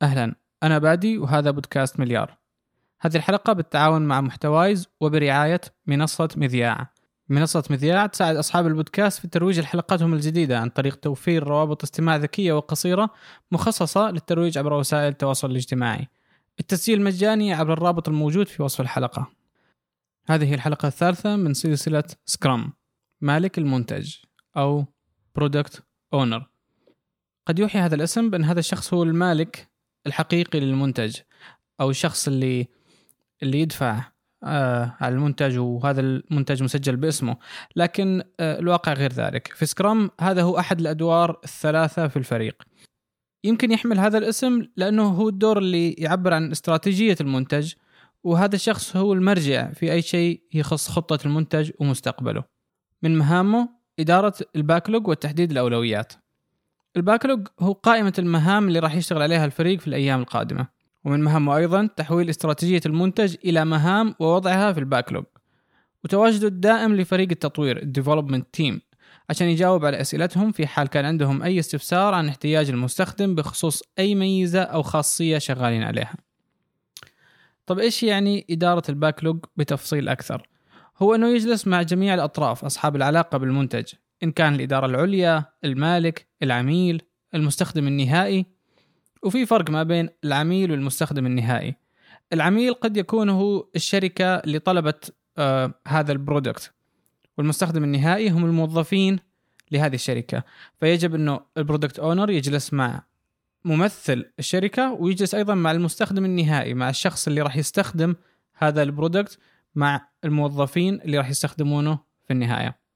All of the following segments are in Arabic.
أهلا، أنا بادي وهذا بودكاست مليار. هذه الحلقة بالتعاون مع محتوايز وبرعاية منصة مذياع. منصة مذياع تساعد أصحاب البودكاست في ترويج حلقاتهم الجديدة عن طريق توفير روابط استماع ذكية وقصيرة مخصصة للترويج عبر وسائل التواصل الاجتماعي. التسجيل مجاني عبر الرابط الموجود في وصف الحلقة. هذه الحلقة الثالثة من سلسلة سكرام، مالك المنتج أو Product Owner. قد يوحي هذا الاسم بأن هذا الشخص هو المالك الحقيقي للمنتج أو الشخص اللي يدفع على المنتج وهذا المنتج مسجل باسمه، لكن الواقع غير ذلك. في سكرام هذا هو أحد الأدوار الثلاثة في الفريق. يمكن يحمل هذا الاسم لأنه هو الدور اللي يعبر عن استراتيجية المنتج، وهذا الشخص هو المرجع في أي شيء يخص خطة المنتج ومستقبله. من مهامه إدارة الباكلوج وتحديد الأولويات. الباكلوج هو قائمة المهام اللي راح يشتغل عليها الفريق في الأيام القادمة، ومن مهامه أيضا تحويل استراتيجية المنتج إلى مهام ووضعها في الباكلوج، وتواجده الدائم لفريق التطوير الديفلوبمنت تيم عشان يجاوب على أسئلتهم في حال كان عندهم أي استفسار عن احتياج المستخدم بخصوص أي ميزة أو خاصية شغالين عليها. طب إيش يعني إدارة الباكلوج بتفصيل أكثر؟ هو أنه يجلس مع جميع الأطراف أصحاب العلاقة بالمنتج، إن كان الإدارة العليا، المالك، العميل، المستخدم النهائي. وفي فرق ما بين العميل والمستخدم النهائي. العميل قد يكون هو الشركة اللي طلبت هذا البرودكت، والمستخدم النهائي هم الموظفين لهذه الشركة. فيجب أنه البرودكت أونر يجلس مع ممثل الشركة، ويجلس أيضا مع المستخدم النهائي، مع الشخص اللي راح يستخدم هذا البرودكت، مع الموظفين اللي راح يستخدمونه في النهاية.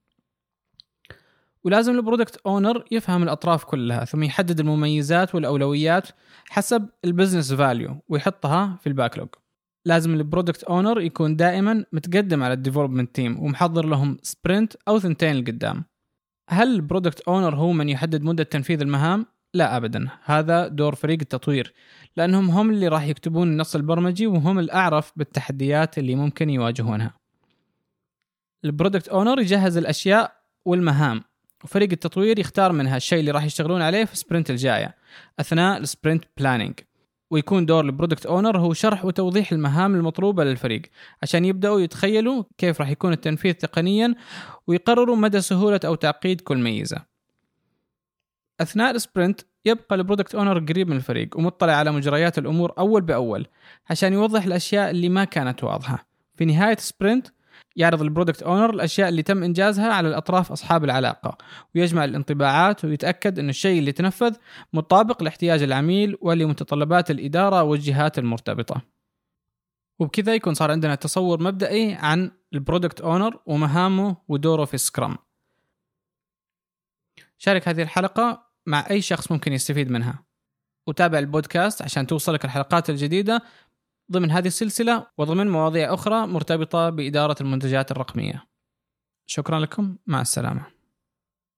ولازم البرودكت اونر يفهم الأطراف كلها، ثم يحدد المميزات والأولويات حسب البزنس فاليو ويحطها في الباكلوج. لازم البرودكت اونر يكون دائما متقدم على الديفلوبمنت تيم ومحضر لهم سبرنت أو ثنتين لقدام. هل البرودكت اونر هو من يحدد مدة تنفيذ المهام؟ لا أبدا، هذا دور فريق التطوير، لأنهم هم اللي راح يكتبون النص البرمجي وهم الأعرف بالتحديات اللي ممكن يواجهونها. البرودكت اونر يجهز الأشياء والمهام، وفريق التطوير يختار منها الشيء اللي راح يشتغلون عليه في السبرنت الجاية أثناء السبرنت بلانينج. ويكون دور البرودكت اونر هو شرح وتوضيح المهام المطلوبة للفريق عشان يبدأوا يتخيلوا كيف راح يكون التنفيذ تقنيا، ويقرروا مدى سهولة أو تعقيد كل ميزة. أثناء السبرنت يبقى البرودكت اونر قريب من الفريق ومطلع على مجريات الأمور أول بأول عشان يوضح الأشياء اللي ما كانت واضحة. في نهاية السبرنت يعرض البرودكت اونر الاشياء اللي تم انجازها على الاطراف اصحاب العلاقه، ويجمع الانطباعات ويتاكد ان الشيء اللي تنفذ مطابق لاحتياج العميل ولمتطلبات الاداره والجهات المرتبطه. وبكذا يكون صار عندنا تصور مبدئي عن البرودكت اونر ومهامه ودوره في سكرام. شارك هذه الحلقه مع اي شخص ممكن يستفيد منها، وتابع البودكاست عشان توصلك الحلقات الجديده ضمن هذه السلسلة وضمن مواضيع أخرى مرتبطة بإدارة المنتجات الرقمية. شكرا لكم، مع السلامة.